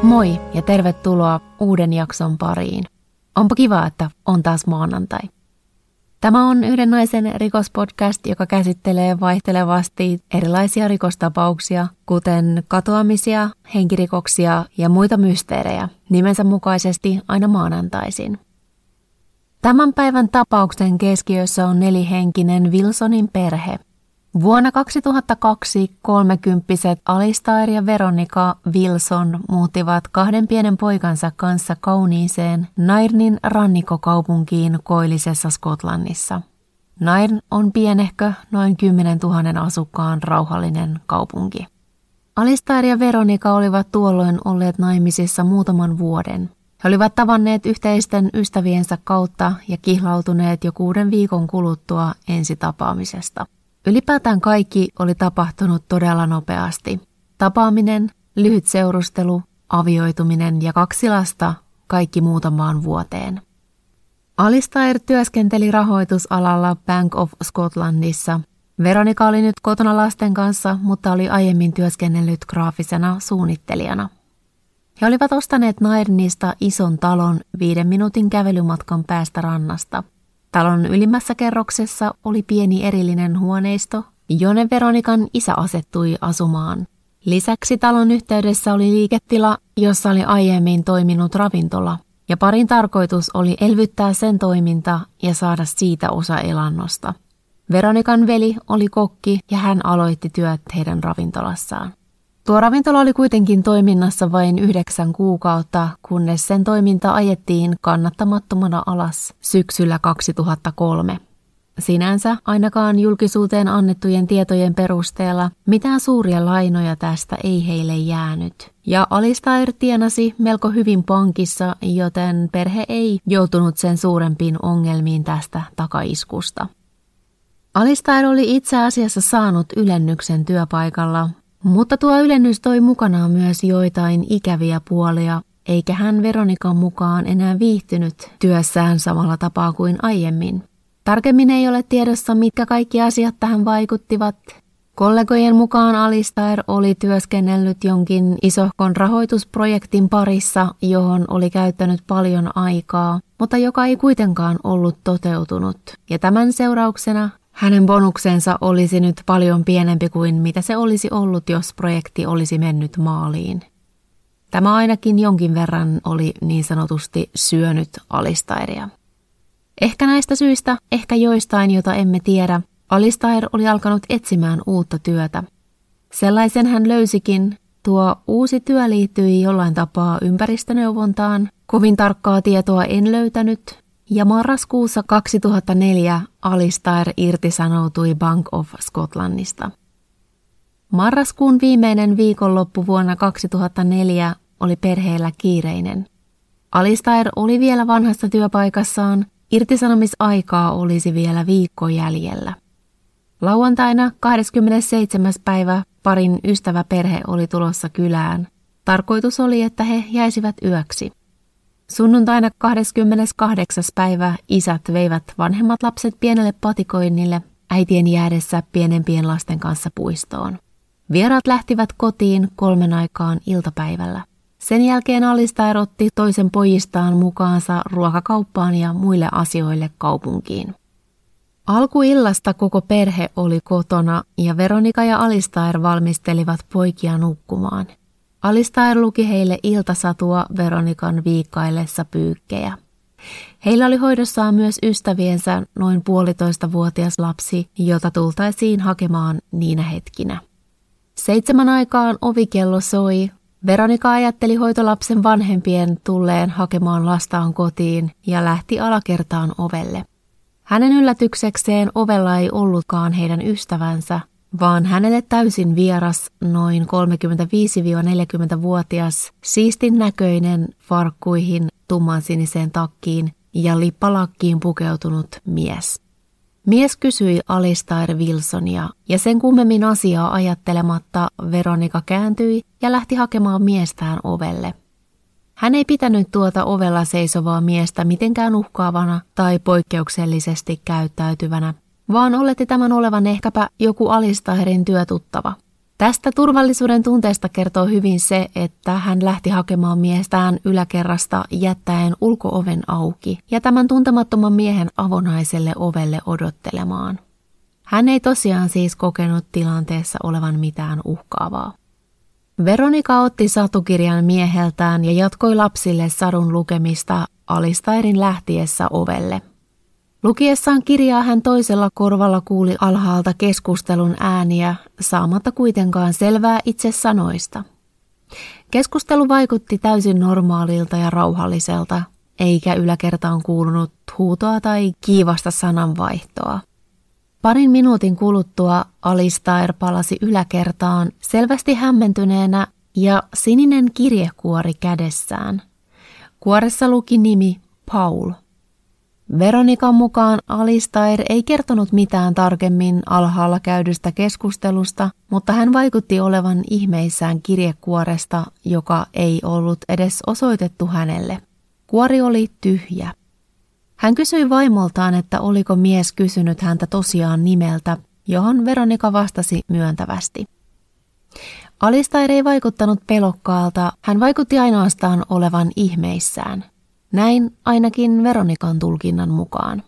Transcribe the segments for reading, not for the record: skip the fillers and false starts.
Moi ja tervetuloa uuden jakson pariin. Onpa kiva, että on taas maanantai. Tämä on yhden naisen rikospodcast, joka käsittelee vaihtelevasti erilaisia rikostapauksia, kuten katoamisia, henkirikoksia ja muita mysteerejä, nimensä mukaisesti aina maanantaisin. Tämän päivän tapauksen keskiössä on nelihenkinen Wilsonin perhe. Vuonna 2002 kolmekymppiset Alistair ja Veronica Wilson muuttivat kahden pienen poikansa kanssa kauniiseen Nairnin rannikkokaupunkiin koillisessa Skotlannissa. Nairn on pienehkö, noin 10 000 asukkaan rauhallinen kaupunki. Alistair ja Veronica olivat tuolloin olleet naimisissa muutaman vuoden. He olivat tavanneet yhteisten ystäviensä kautta ja kihlautuneet jo 6 viikon kuluttua ensitapaamisesta. Ylipäätään kaikki oli tapahtunut todella nopeasti. Tapaaminen, lyhyt seurustelu, avioituminen ja 2 lasta, kaikki muutamaan vuoteen. Alistair työskenteli rahoitusalalla Bank of Scotlandissa. Veronica oli nyt kotona lasten kanssa, mutta oli aiemmin työskennellyt graafisena suunnittelijana. He olivat ostaneet Nairnista ison talon 5 minuutin kävelymatkan päästä rannasta. Talon ylimmässä kerroksessa oli pieni erillinen huoneisto, jonne Veronican isä asettui asumaan. Lisäksi talon yhteydessä oli liiketila, jossa oli aiemmin toiminut ravintola, ja parin tarkoitus oli elvyttää sen toiminta ja saada siitä osa elannosta. Veronican veli oli kokki ja hän aloitti työt heidän ravintolassaan. Tuo ravintola oli kuitenkin toiminnassa vain 9 kuukautta, kunnes sen toiminta ajettiin kannattamattomana alas syksyllä 2003. Sinänsä ainakaan julkisuuteen annettujen tietojen perusteella mitään suuria lainoja tästä ei heille jäänyt. Ja Alistair tienasi melko hyvin pankissa, joten perhe ei joutunut sen suurempiin ongelmiin tästä takaiskusta. Alistair oli itse asiassa saanut ylennyksen työpaikalla, mutta tuo ylennys toi mukanaan myös joitain ikäviä puolia, eikä hän Veronican mukaan enää viihtynyt työssään samalla tapaa kuin aiemmin. Tarkemmin ei ole tiedossa, mitkä kaikki asiat tähän vaikuttivat. Kollegojen mukaan Alistair oli työskennellyt jonkin isohkon rahoitusprojektin parissa, johon oli käyttänyt paljon aikaa, mutta joka ei kuitenkaan ollut toteutunut. Ja tämän seurauksena hänen bonuksensa olisi nyt paljon pienempi kuin mitä se olisi ollut, jos projekti olisi mennyt maaliin. Tämä ainakin jonkin verran oli niin sanotusti syönyt Alistairia. Ehkä näistä syistä, ehkä joistain, jota emme tiedä, Alistair oli alkanut etsimään uutta työtä. Sellaisen hän löysikin. Tuo uusi työ liittyi jollain tapaa ympäristöneuvontaan. Kovin tarkkaa tietoa en löytänyt. Ja marraskuussa 2004 Alistair irtisanoutui Bank of Scotlandista. Marraskuun viimeinen viikonloppu vuonna 2004 oli perheellä kiireinen. Alistair oli vielä vanhassa työpaikassaan, irtisanomisaikaa olisi vielä viikko jäljellä. Lauantaina 27. päivä parin ystäväperhe oli tulossa kylään. Tarkoitus oli, että he jäisivät yöksi. Sunnuntaina 28. päivä isät veivät vanhemmat lapset pienelle patikoinnille äitien jäädessä pienempien lasten kanssa puistoon. Vieraat lähtivät kotiin 3 aikaan iltapäivällä. Sen jälkeen Alistair otti toisen pojistaan mukaansa ruokakauppaan ja muille asioille kaupunkiin. Alkuillasta koko perhe oli kotona ja Veronica ja Alistair valmistelivat poikia nukkumaan. Alistair luki heille iltasatua Veronican viikkaillessa pyykkejä. Heillä oli hoidossaan myös ystäviensä noin 1,5-vuotias lapsi, jota tultaisiin hakemaan niinä hetkinä. 7 aikaan ovikello soi. Veronica ajatteli hoitolapsen vanhempien tulleen hakemaan lastaan kotiin ja lähti alakertaan ovelle. Hänen yllätyksekseen ovella ei ollutkaan heidän ystävänsä, vaan hänelle täysin vieras, noin 35-40-vuotias, siistin näköinen, farkkuihin, tummansiniseen takkiin ja lippalakkiin pukeutunut mies. Mies kysyi Alistair Wilsonia ja sen kummemmin asiaa ajattelematta Veronica kääntyi ja lähti hakemaan miestään ovelle. Hän ei pitänyt tuota ovella seisovaa miestä mitenkään uhkaavana tai poikkeuksellisesti käyttäytyvänä, vaan oletti tämän olevan ehkäpä joku Alistairin työtuttava. Tästä turvallisuuden tunteesta kertoo hyvin se, että hän lähti hakemaan miestään yläkerrasta jättäen ulko-oven auki ja tämän tuntemattoman miehen avonaiselle ovelle odottelemaan. Hän ei tosiaan siis kokenut tilanteessa olevan mitään uhkaavaa. Veronika otti satukirjan mieheltään ja jatkoi lapsille sadun lukemista Alistairin lähtiessä ovelle. Lukiessaan kirjaa hän toisella korvalla kuuli alhaalta keskustelun ääniä, saamatta kuitenkaan selvää itse sanoista. Keskustelu vaikutti täysin normaalilta ja rauhalliselta, eikä yläkertaan kuulunut huutoa tai kiivasta sananvaihtoa. Parin minuutin kuluttua Alistair palasi yläkertaan selvästi hämmentyneenä ja sininen kirjekuori kädessään. Kuoressa luki nimi Paul. Veronikan mukaan Alistair ei kertonut mitään tarkemmin alhaalla käydystä keskustelusta, mutta hän vaikutti olevan ihmeissään kirjekuoresta, joka ei ollut edes osoitettu hänelle. Kuori oli tyhjä. Hän kysyi vaimoltaan, että oliko mies kysynyt häntä tosiaan nimeltä, johon Veronika vastasi myöntävästi. Alistair ei vaikuttanut pelokkaalta, hän vaikutti ainoastaan olevan ihmeissään. Näin ainakin Veronikan tulkinnan mukaan.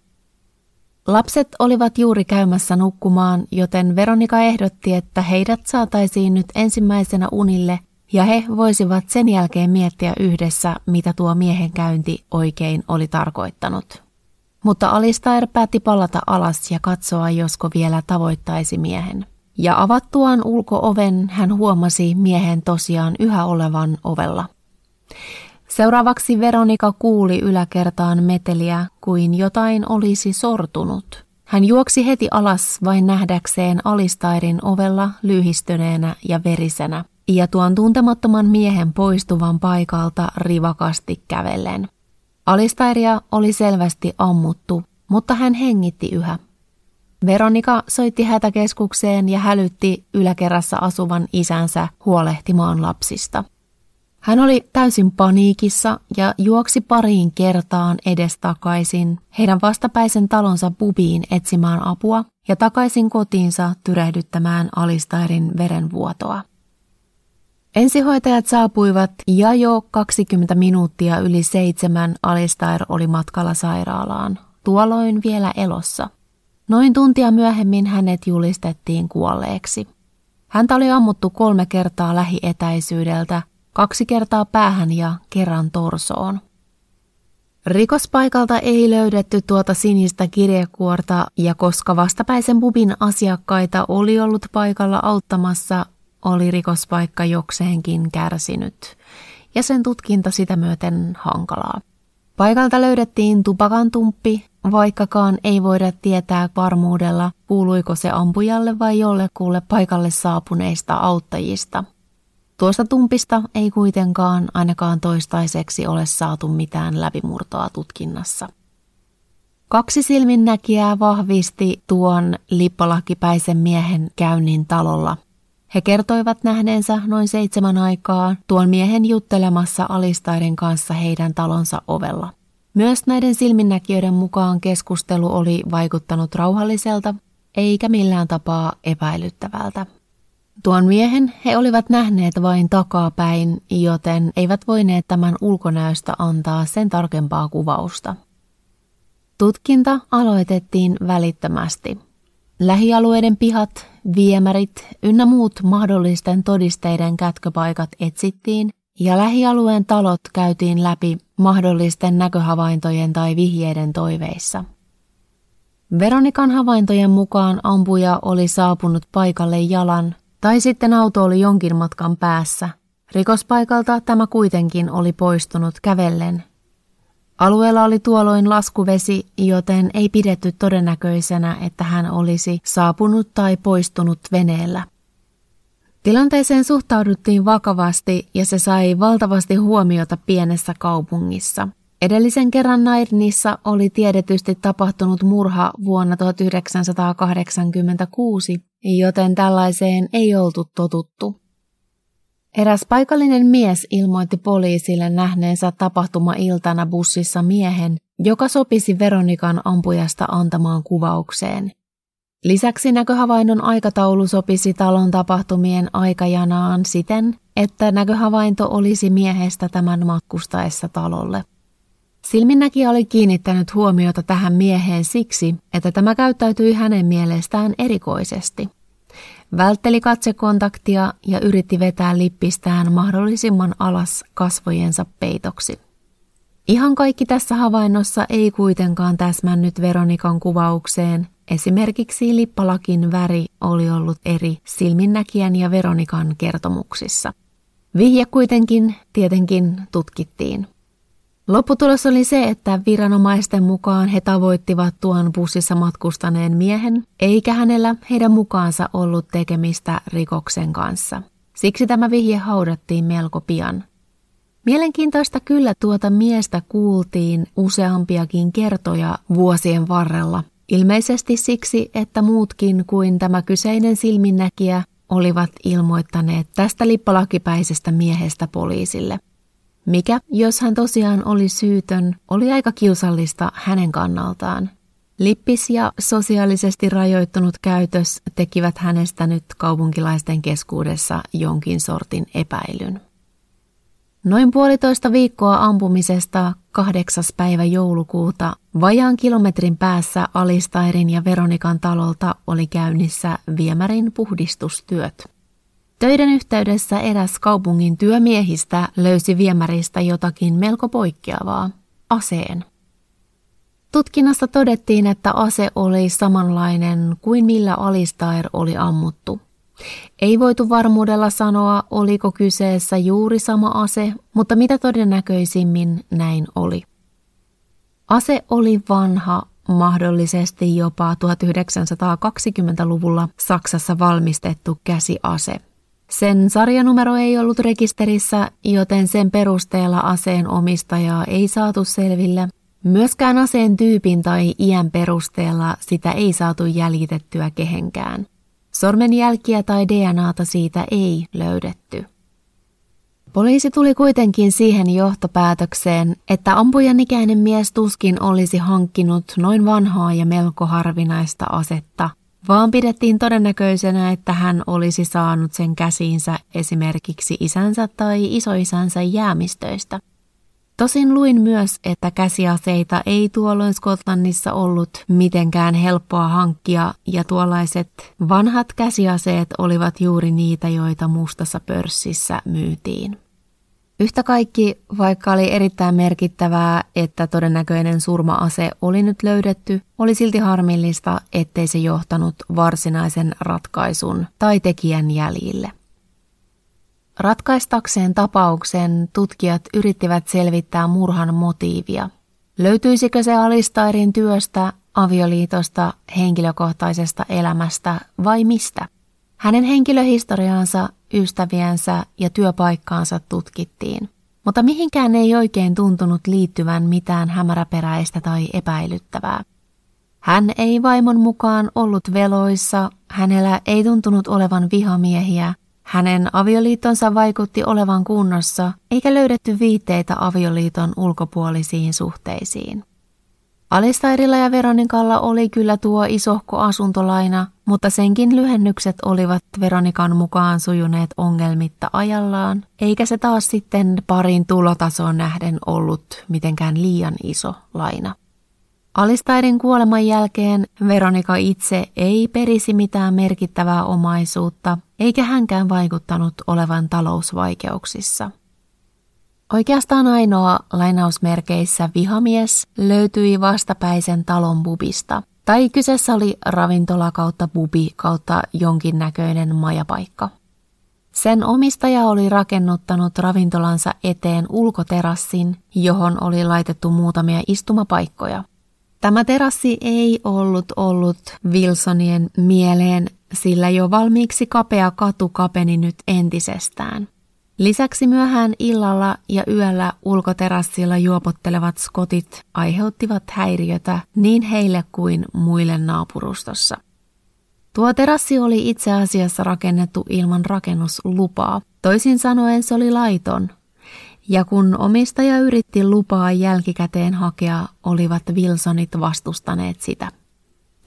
Lapset olivat juuri käymässä nukkumaan, joten Veronika ehdotti, että heidät saataisiin nyt ensimmäisenä unille ja he voisivat sen jälkeen miettiä yhdessä, mitä tuo miehen käynti oikein oli tarkoittanut. Mutta Alistair päätti palata alas ja katsoa, josko vielä tavoittaisi miehen. Ja avattuaan ulko-oven hän huomasi miehen tosiaan yhä olevan ovella. Seuraavaksi Veronika kuuli yläkertaan meteliä, kuin jotain olisi sortunut. Hän juoksi heti alas vain nähdäkseen Alistairin ovella lyhistyneenä ja verisenä, ja tuon tuntemattoman miehen poistuvan paikalta rivakasti kävellen. Alistairia oli selvästi ammuttu, mutta hän hengitti yhä. Veronika soitti hätäkeskukseen ja hälytti yläkerrassa asuvan isänsä huolehtimaan lapsista. Hän oli täysin paniikissa ja juoksi pariin kertaan edestakaisin heidän vastapäisen talonsa pubiin etsimään apua ja takaisin kotiinsa tyrehdyttämään Alistairin verenvuotoa. Ensihoitajat saapuivat ja jo 20 minuuttia yli 7 Alistair oli matkalla sairaalaan, tuolloin vielä elossa. Noin tuntia myöhemmin hänet julistettiin kuolleeksi. Häntä oli ammuttu 3 kertaa lähietäisyydeltä, 2 kertaa päähän ja kerran torsoon. Rikospaikalta ei löydetty tuota sinistä kirjekuorta ja koska vastapäisen pubin asiakkaita oli ollut paikalla auttamassa, oli rikospaikka jokseenkin kärsinyt ja sen tutkinta sitä myöten hankalaa. Paikalta löydettiin tupakantumppi, vaikkakaan ei voida tietää varmuudella, kuuluiko se ampujalle vai jollekulle paikalle saapuneista auttajista. Tuosta tumpista ei kuitenkaan ainakaan toistaiseksi ole saatu mitään läpimurtoa tutkinnassa. 2 silminnäkijää vahvisti tuon lippalakkipäisen miehen käynnin talolla. He kertoivat nähneensä noin 7 aikaa tuon miehen juttelemassa Alistairin kanssa heidän talonsa ovella. Myös näiden silminnäkijöiden mukaan keskustelu oli vaikuttanut rauhalliselta, eikä millään tapaa epäilyttävältä. Tuon miehen he olivat nähneet vain takapäin, joten eivät voineet tämän ulkonäöstä antaa sen tarkempaa kuvausta. Tutkinta aloitettiin välittömästi. Lähialueiden pihat, viemärit ynnä muut mahdollisten todisteiden kätköpaikat etsittiin ja lähialueen talot käytiin läpi mahdollisten näköhavaintojen tai vihjeiden toiveissa. Veronikan havaintojen mukaan ampuja oli saapunut paikalle jalan tai sitten auto oli jonkin matkan päässä. Rikospaikalta tämä kuitenkin oli poistunut kävellen. Alueella oli tuolloin laskuvesi, joten ei pidetty todennäköisenä, että hän olisi saapunut tai poistunut veneellä. Tilanteeseen suhtauduttiin vakavasti ja se sai valtavasti huomiota pienessä kaupungissa. Edellisen kerran Nairnissa oli tiedetysti tapahtunut murha vuonna 1986, joten tällaiseen ei oltu totuttu. Eräs paikallinen mies ilmoitti poliisille nähneensä tapahtuma-iltana bussissa miehen, joka sopisi Veronikan ampujasta antamaan kuvaukseen. Lisäksi näköhavainnon aikataulu sopisi talon tapahtumien aikajanaan siten, että näköhavainto olisi miehestä tämän matkustaessa talolle. Silminnäkijä oli kiinnittänyt huomiota tähän mieheen siksi, että tämä käyttäytyi hänen mielestään erikoisesti. Vältteli katsekontaktia ja yritti vetää lippistään mahdollisimman alas kasvojensa peitoksi. Ihan kaikki tässä havainnossa ei kuitenkaan täsmännyt Veronikan kuvaukseen. Esimerkiksi lippalakin väri oli ollut eri silminnäkijän ja Veronikan kertomuksissa. Vihje kuitenkin tietenkin tutkittiin. Lopputulos oli se, että viranomaisten mukaan he tavoittivat tuon bussissa matkustaneen miehen, eikä hänellä heidän mukaansa ollut tekemistä rikoksen kanssa. Siksi tämä vihje haudattiin melko pian. Mielenkiintoista kyllä tuota miestä kuultiin useampiakin kertoja vuosien varrella. Ilmeisesti siksi, että muutkin kuin tämä kyseinen silminnäkijä olivat ilmoittaneet tästä lippalakipäisestä miehestä poliisille. Mikä, jos hän tosiaan oli syytön, oli aika kiusallista hänen kannaltaan. Lippis ja sosiaalisesti rajoittunut käytös tekivät hänestä nyt kaupunkilaisten keskuudessa jonkin sortin epäilyn. Noin 1,5 viikkoa ampumisesta 8. päivä joulukuuta vajaan kilometrin päässä Alistairin ja Veronikan talolta oli käynnissä viemärin puhdistustyöt. Töiden yhteydessä eräs kaupungin työmiehistä löysi viemäristä jotakin melko poikkeavaa, aseen. Tutkinnassa todettiin, että ase oli samanlainen kuin millä Alistair oli ammuttu. Ei voitu varmuudella sanoa, oliko kyseessä juuri sama ase, mutta mitä todennäköisimmin näin oli. Ase oli vanha, mahdollisesti jopa 1920-luvulla Saksassa valmistettu käsiase. Sen sarjanumero ei ollut rekisterissä, joten sen perusteella aseen omistajaa ei saatu selville. Myöskään aseen tyypin tai iän perusteella sitä ei saatu jäljitettyä kehenkään. Sormenjälkiä tai DNAta siitä ei löydetty. Poliisi tuli kuitenkin siihen johtopäätökseen, että ampujan ikäinen mies tuskin olisi hankkinut noin vanhaa ja melko harvinaista asetta, vaan pidettiin todennäköisenä, että hän olisi saanut sen käsiinsä esimerkiksi isänsä tai isoisänsä jäämistöistä. Tosin luin myös, että käsiaseita ei tuolloin Skotlannissa ollut mitenkään helppoa hankkia ja tuollaiset vanhat käsiaseet olivat juuri niitä, joita mustassa pörssissä myytiin. Yhtä kaikki, vaikka oli erittäin merkittävää, että todennäköinen surma-ase oli nyt löydetty, oli silti harmillista, ettei se johtanut varsinaisen ratkaisun tai tekijän jäljille. Ratkaistakseen tapauksen tutkijat yrittivät selvittää murhan motiivia. Löytyisikö se Alistairin työstä, avioliitosta, henkilökohtaisesta elämästä vai mistä? Hänen henkilöhistoriaansa, ystäviänsä ja työpaikkaansa tutkittiin, mutta mihinkään ei oikein tuntunut liittyvän mitään hämäräperäistä tai epäilyttävää. Hän ei vaimon mukaan ollut veloissa, hänellä ei tuntunut olevan vihamiehiä, hänen avioliittonsa vaikutti olevan kunnossa, eikä löydetty viitteitä avioliiton ulkopuolisiin suhteisiin. Alistairilla ja Veronikalla oli kyllä tuo isohko asuntolaina, mutta senkin lyhennykset olivat Veronikan mukaan sujuneet ongelmitta ajallaan, eikä se taas sitten parin tulotasoon nähden ollut mitenkään liian iso laina. Alistairin kuoleman jälkeen Veronika itse ei perisi mitään merkittävää omaisuutta, eikä hänkään vaikuttanut olevan talousvaikeuksissa. Oikeastaan ainoa lainausmerkeissä vihamies löytyi vastapäisen talon pubista, tai kyseessä oli ravintola kautta pubi kautta jonkinnäköinen majapaikka. Sen omistaja oli rakennuttanut ravintolansa eteen ulkoterassin, johon oli laitettu muutamia istumapaikkoja. Tämä terassi ei ollut Wilsonien mieleen, sillä jo valmiiksi kapea katu kapeni nyt entisestään. Lisäksi myöhään illalla ja yöllä ulkoterassilla juopottelevat skotit aiheuttivat häiriötä niin heille kuin muille naapurustossa. Tuo terassi oli itse asiassa rakennettu ilman rakennuslupaa, toisin sanoen se oli laiton. Ja kun omistaja yritti lupaa jälkikäteen hakea, olivat Wilsonit vastustaneet sitä.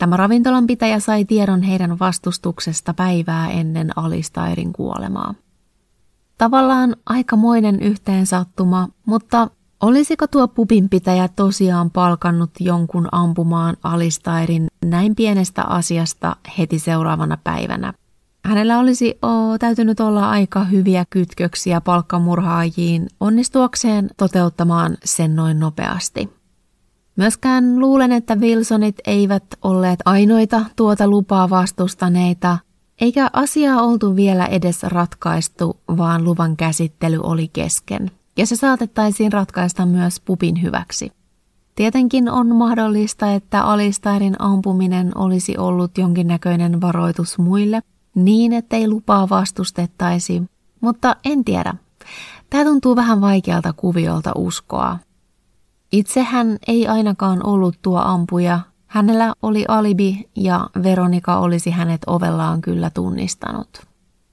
Tämä ravintolanpitäjä sai tiedon heidän vastustuksesta päivää ennen Alistairin kuolemaa. Tavallaan aikamoinen yhteensattuma, mutta olisiko tuo pubinpitäjä tosiaan palkannut jonkun ampumaan Alistairin näin pienestä asiasta heti seuraavana päivänä? Hänellä olisi täytynyt olla aika hyviä kytköksiä palkkamurhaajiin onnistuakseen toteuttamaan sen noin nopeasti. Myöskään luulen, että Wilsonit eivät olleet ainoita tuota lupaa vastustaneita, eikä asiaa oltu vielä edes ratkaistu, vaan luvan käsittely oli kesken, ja se saatettaisiin ratkaista myös pubin hyväksi. Tietenkin on mahdollista, että Alistairin ampuminen olisi ollut jonkinnäköinen varoitus muille, niin ettei lupaa vastustettaisi, mutta en tiedä. Tämä tuntuu vähän vaikealta kuviolta uskoa. Itse hän ei ainakaan ollut tuo ampuja. Hänellä oli alibi ja Veronika olisi hänet ovellaan kyllä tunnistanut.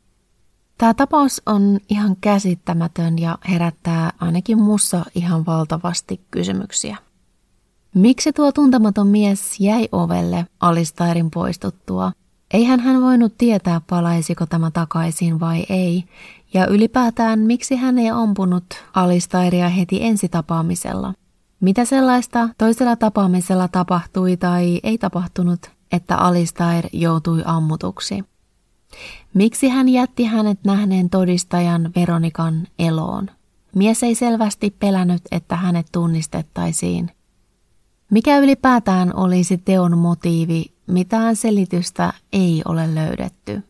Tämä tapaus on ihan käsittämätön ja herättää ainakin mussa ihan valtavasti kysymyksiä. Miksi tuo tuntematon mies jäi ovelle Alistairin poistuttua? Eihän hän voinut tietää, palaisiko tämä takaisin vai ei, ja ylipäätään miksi hän ei ampunut Alistairia heti ensitapaamisella. Mitä sellaista toisella tapaamisella tapahtui tai ei tapahtunut, että Alistair joutui ammutuksi? Miksi hän jätti hänet nähneen todistajan Veronikan eloon? Mies ei selvästi pelännyt, että hänet tunnistettaisiin. Mikä ylipäätään olisi teon motiivi, mitään selitystä ei ole löydetty.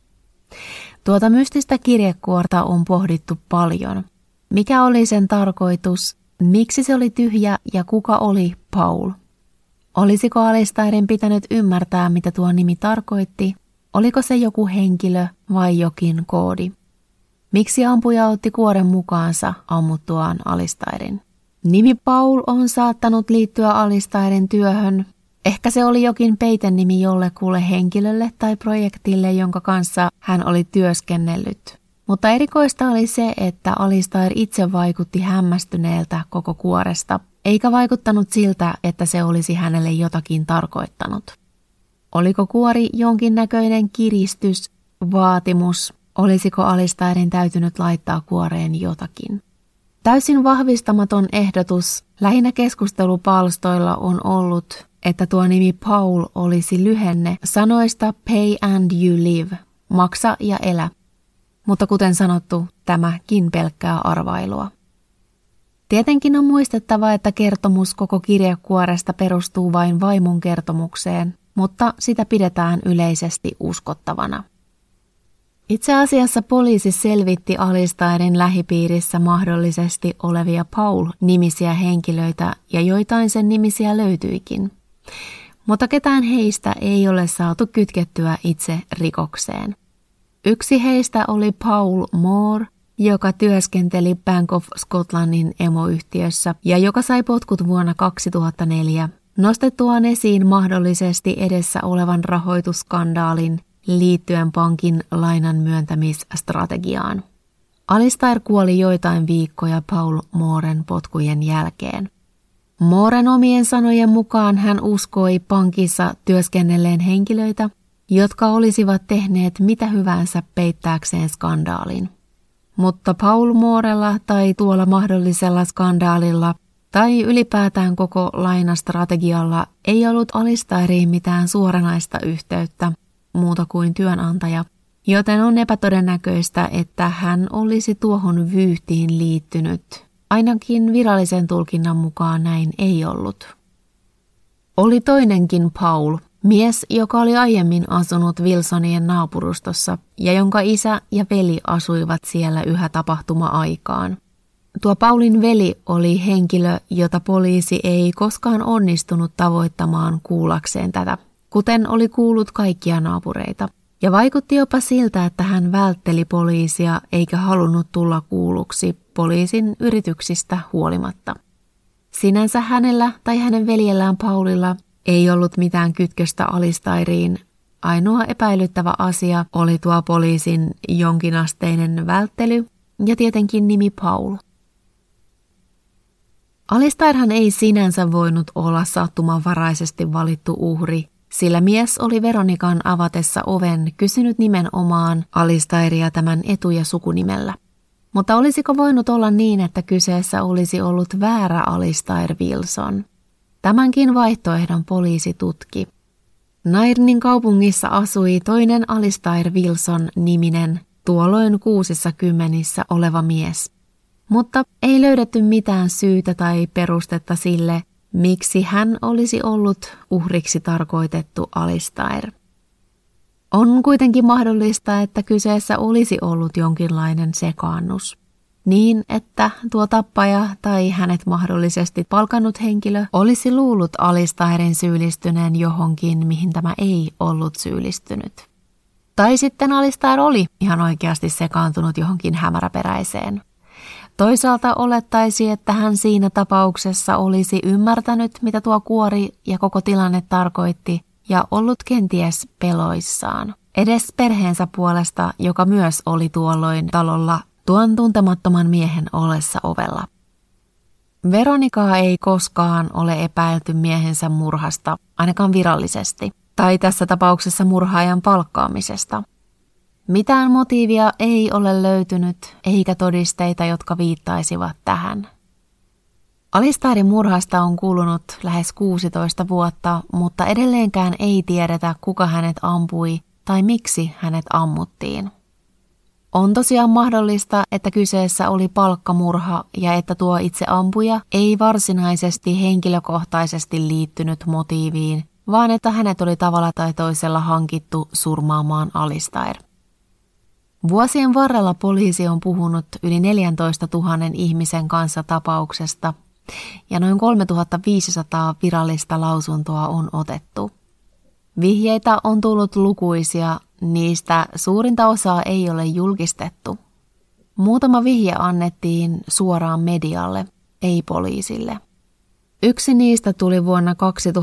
Tuota mystistä kirjekuorta on pohdittu paljon. Mikä oli sen tarkoitus, miksi se oli tyhjä ja kuka oli Paul? Olisiko Alistairin pitänyt ymmärtää, mitä tuo nimi tarkoitti? Oliko se joku henkilö vai jokin koodi? Miksi ampuja otti kuoren mukaansa ammuttuaan Alistairin? Nimi Paul on saattanut liittyä Alistairin työhön. Ehkä se oli jokin peitennimi jollekulle henkilölle tai projektille, jonka kanssa hän oli työskennellyt. Mutta erikoista oli se, että Alistair itse vaikutti hämmästyneeltä koko kuoresta, eikä vaikuttanut siltä, että se olisi hänelle jotakin tarkoittanut. Oliko kuori jonkinnäköinen kiristys, vaatimus? Olisiko Alistairin täytynyt laittaa kuoreen jotakin? Täysin vahvistamaton ehdotus lähinnä keskustelupalstoilla on ollut, että tuo nimi Paul olisi lyhenne sanoista pay and you live, maksa ja elä. Mutta kuten sanottu, tämäkin pelkkää arvailua. Tietenkin on muistettava, että kertomus koko kirjekuoresta perustuu vain vaimon kertomukseen, mutta sitä pidetään yleisesti uskottavana. Itse asiassa poliisi selvitti Alistairin lähipiirissä mahdollisesti olevia Paul-nimisiä henkilöitä ja joitain sen nimisiä löytyikin. Mutta ketään heistä ei ole saatu kytkettyä itse rikokseen. Yksi heistä oli Paul Moore, joka työskenteli Bank of Scotlandin emoyhtiössä ja joka sai potkut vuonna 2004 nostettuaan esiin mahdollisesti edessä olevan rahoitusskandaalin liittyen pankin lainan myöntämisstrategiaan. Alistair kuoli joitain viikkoja Paul Mooren potkujen jälkeen. Mooren omien sanojen mukaan hän uskoi pankissa työskennelleen henkilöitä, jotka olisivat tehneet mitä hyvänsä peittääkseen skandaalin. Mutta Paul Moorella tai tuolla mahdollisella skandaalilla tai ylipäätään koko lainastrategialla ei ollut Alistairiin mitään suoranaista yhteyttä, muuta kuin työnantaja, joten on epätodennäköistä, että hän olisi tuohon vyyhtiin liittynyt. Ainakin virallisen tulkinnan mukaan näin ei ollut. Oli toinenkin Paul, mies, joka oli aiemmin asunut Wilsonien naapurustossa ja jonka isä ja veli asuivat siellä yhä tapahtuma-aikaan. Tuo Paulin veli oli henkilö, jota poliisi ei koskaan onnistunut tavoittamaan kuullakseen tätä, kuten oli kuullut kaikkia naapureita. Ja vaikutti jopa siltä, että hän vältteli poliisia eikä halunnut tulla kuulluksi poliisin yrityksistä huolimatta. Sinänsä hänellä tai hänen veljellään Paulilla ei ollut mitään kytköstä Alistairiin. Ainoa epäilyttävä asia oli tuo poliisin jonkinasteinen välttely ja tietenkin nimi Paul. Alistairhan ei sinänsä voinut olla sattumanvaraisesti valittu uhri, sillä mies oli Veronikan avatessa oven kysynyt nimenomaan Alistairia tämän etu- ja sukunimellä. Mutta olisiko voinut olla niin, että kyseessä olisi ollut väärä Alistair Wilson? Tämänkin vaihtoehdon poliisi tutki. Nairnin kaupungissa asui toinen Alistair Wilson-niminen, tuolloin 60 oleva mies. Mutta ei löydetty mitään syytä tai perustetta sille, miksi hän olisi ollut uhriksi tarkoitettu Alistair. On kuitenkin mahdollista, että kyseessä olisi ollut jonkinlainen sekaannus. Niin, että tuo tappaja tai hänet mahdollisesti palkannut henkilö olisi luullut Alistairin syyllistyneen johonkin, mihin tämä ei ollut syyllistynyt. Tai sitten Alistair oli ihan oikeasti sekaantunut johonkin hämäräperäiseen. Toisaalta olettaisi, että hän siinä tapauksessa olisi ymmärtänyt, mitä tuo kuori ja koko tilanne tarkoitti, ja ollut kenties peloissaan. Edes perheensä puolesta, joka myös oli tuolloin talolla tuon tuntemattoman miehen ollessa ovella. Veronikaa ei koskaan ole epäilty miehensä murhasta, ainakaan virallisesti, tai tässä tapauksessa murhaajan palkkaamisesta. Mitään motiivia ei ole löytynyt, eikä todisteita, jotka viittaisivat tähän. Alistairin murhasta on kulunut lähes 16 vuotta, mutta edelleenkään ei tiedetä, kuka hänet ampui tai miksi hänet ammuttiin. On tosiaan mahdollista, että kyseessä oli palkkamurha ja että tuo itse ampuja ei varsinaisesti henkilökohtaisesti liittynyt motiiviin, vaan että hänet oli tavalla tai toisella hankittu surmaamaan Alistair. Vuosien varrella poliisi on puhunut yli 14 000 ihmisen kanssa tapauksesta ja noin 3500 virallista lausuntoa on otettu. Vihjeitä on tullut lukuisia, niistä suurinta osaa ei ole julkistettu. Muutama vihje annettiin suoraan medialle, ei poliisille. Yksi niistä tuli vuonna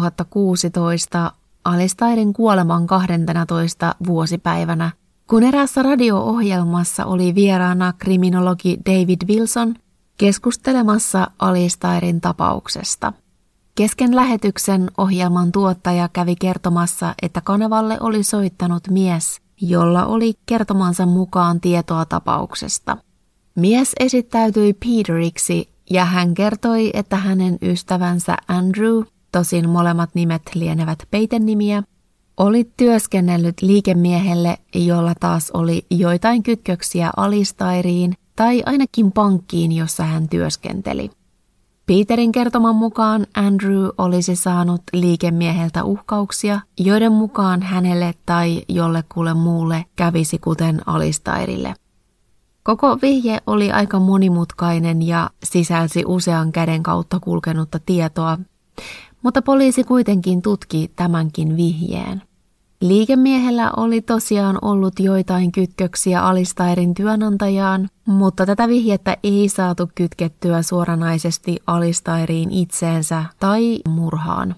2016 Alistairin kuoleman 12. vuosipäivänä, kun eräässä radio-ohjelmassa oli vieraana kriminologi David Wilson keskustelemassa Alistairin tapauksesta. Kesken lähetyksen ohjelman tuottaja kävi kertomassa, että kanavalle oli soittanut mies, jolla oli kertomansa mukaan tietoa tapauksesta. Mies esittäytyi Peteriksi ja hän kertoi, että hänen ystävänsä Andrew, tosin molemmat nimet lienevät peitenimiä, oli työskennellyt liikemiehelle, jolla taas oli joitain kytköksiä Alistairiin tai ainakin pankkiin, jossa hän työskenteli. Peterin kertoman mukaan Andrew olisi saanut liikemieheltä uhkauksia, joiden mukaan hänelle tai jollekulle muulle kävisi kuten Alistairille. Koko vihje oli aika monimutkainen ja sisälsi usean käden kautta kulkenutta tietoa, mutta poliisi kuitenkin tutki tämänkin vihjeen. Liikemiehellä oli tosiaan ollut joitain kytköksiä Alistairin työnantajaan, mutta tätä vihjettä ei saatu kytkettyä suoranaisesti Alistairiin itseensä tai murhaan.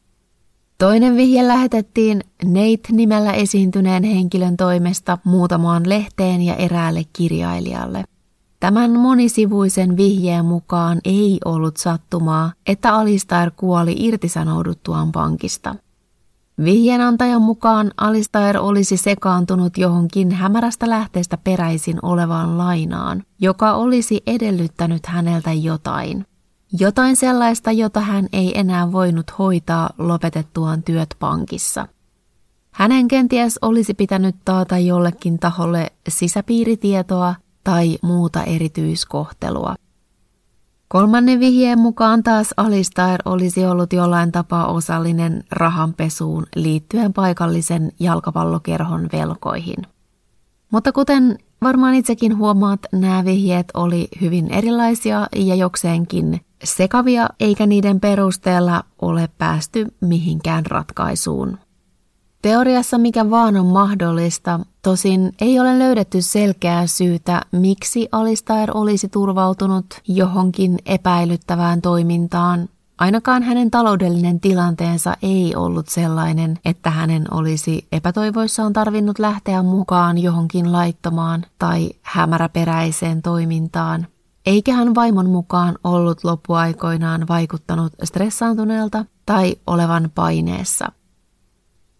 Toinen vihje lähetettiin Nate-nimellä esiintyneen henkilön toimesta muutamaan lehteen ja eräälle kirjailijalle. Tämän monisivuisen vihjeen mukaan ei ollut sattumaa, että Alistair kuoli irtisanouduttuaan pankista. Vihjeenantajan mukaan Alistair olisi sekaantunut johonkin hämärästä lähteestä peräisin olevaan lainaan, joka olisi edellyttänyt häneltä jotain. Jotain sellaista, jota hän ei enää voinut hoitaa lopetettuaan työt pankissa. Hänen kenties olisi pitänyt taata jollekin taholle sisäpiiritietoa tai muuta erityiskohtelua. Kolmannen vihjeen mukaan taas Alistair olisi ollut jollain tapaa osallinen rahanpesuun liittyen paikallisen jalkapallokerhon velkoihin. Mutta kuten varmaan itsekin huomaat, nämä vihjeet oli hyvin erilaisia ja jokseenkin sekavia, eikä niiden perusteella ole päästy mihinkään ratkaisuun. Teoriassa mikä vaan on mahdollista, tosin ei ole löydetty selkeää syytä, miksi Alistair olisi turvautunut johonkin epäilyttävään toimintaan. Ainakaan hänen taloudellinen tilanteensa ei ollut sellainen, että hänen olisi epätoivoissaan tarvinnut lähteä mukaan johonkin laittomaan tai hämäräperäiseen toimintaan. Eikä hän vaimon mukaan ollut loppuaikoinaan vaikuttanut stressaantuneelta tai olevan paineessa.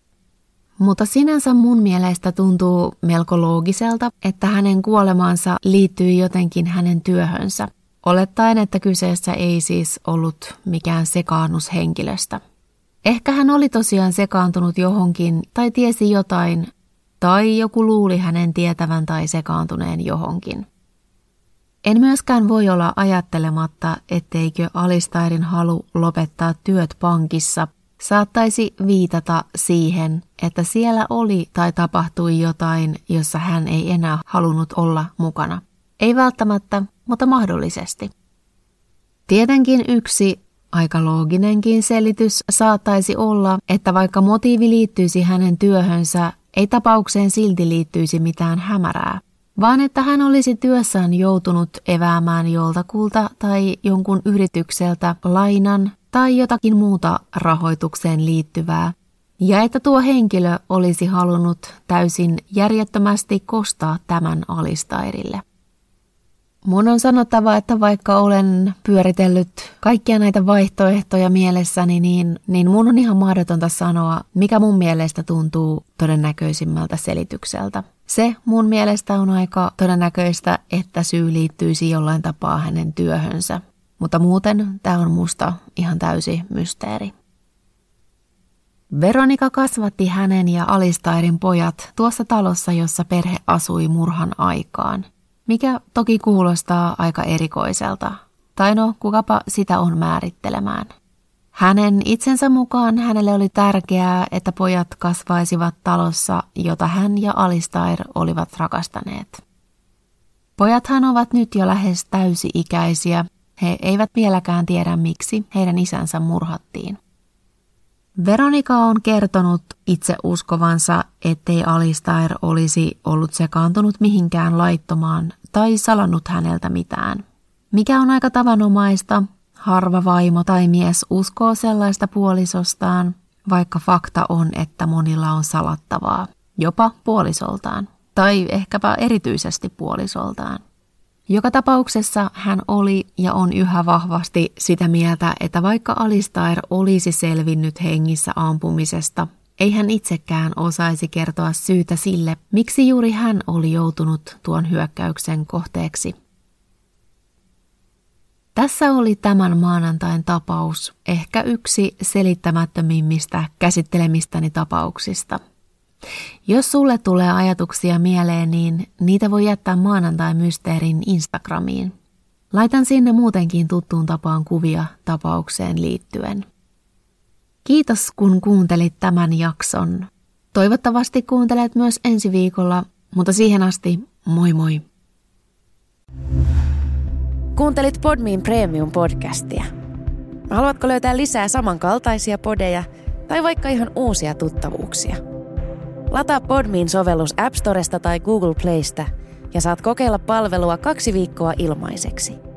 Mutta sinänsä mun mielestä tuntuu melko loogiselta, että hänen kuolemaansa liittyy jotenkin hänen työhönsä, olettaen, että kyseessä ei siis ollut mikään sekaannus henkilöstä. Ehkä hän oli tosiaan sekaantunut johonkin tai tiesi jotain, tai joku luuli hänen tietävän tai sekaantuneen johonkin. En myöskään voi olla ajattelematta, etteikö Alistairin halu lopettaa työt pankissa saattaisi viitata siihen, että siellä oli tai tapahtui jotain, jossa hän ei enää halunnut olla mukana. Ei välttämättä, mutta mahdollisesti. Tietenkin yksi aika looginenkin selitys saattaisi olla, että vaikka motiivi liittyisi hänen työhönsä, ei tapaukseen silti liittyisi mitään hämärää, vaan että hän olisi työssään joutunut eväämään joltakulta tai jonkun yritykseltä lainan tai jotakin muuta rahoitukseen liittyvää, ja että tuo henkilö olisi halunnut täysin järjettömästi kostaa tämän Alistairille. Mun on sanottava, että vaikka olen pyöritellyt kaikkia näitä vaihtoehtoja mielessäni, niin mun on ihan mahdotonta sanoa, mikä mun mielestä tuntuu todennäköisimmältä selitykseltä. Se mun mielestä on aika todennäköistä, että syy liittyisi jollain tapaa hänen työhönsä, mutta muuten tää on musta ihan täysi mysteeri. Veronika kasvatti hänen ja Alistairin pojat tuossa talossa, jossa perhe asui murhan aikaan. Mikä toki kuulostaa aika erikoiselta. Tai no, kukapa sitä on määrittelemään. Hänen itsensä mukaan hänelle oli tärkeää, että pojat kasvaisivat talossa, jota hän ja Alistair olivat rakastaneet. Pojathan ovat nyt jo lähes täysi-ikäisiä. He eivät vieläkään tiedä, miksi heidän isänsä murhattiin. Veronika on kertonut itse uskovansa, ettei Alistair olisi ollut sekaantunut mihinkään laittomaan tai salannut häneltä mitään. Mikä on aika tavanomaista, harva vaimo tai mies uskoo sellaista puolisostaan, vaikka fakta on, että monilla on salattavaa, jopa puolisoltaan, tai ehkäpä erityisesti puolisoltaan. Joka tapauksessa hän oli ja on yhä vahvasti sitä mieltä, että vaikka Alistair olisi selvinnyt hengissä ampumisesta, ei hän itsekään osaisi kertoa syytä sille, miksi juuri hän oli joutunut tuon hyökkäyksen kohteeksi. Tässä oli tämän maanantain tapaus, ehkä yksi selittämättömimmistä käsittelemistäni tapauksista. Jos sulle tulee ajatuksia mieleen, niin niitä voi jättää maanantai-mysteerin Instagramiin. Laitan sinne muutenkin tuttuun tapaan kuvia tapaukseen liittyen. Kiitos kun kuuntelit tämän jakson. Toivottavasti kuuntelet myös ensi viikolla, mutta siihen asti moi moi! Kuuntelit Podmin Premium-podcastia. Haluatko löytää lisää samankaltaisia podeja tai vaikka ihan uusia tuttavuuksia? Lataa Podmin sovellus App Storesta tai Google Playsta ja saat kokeilla palvelua 2 viikkoa ilmaiseksi.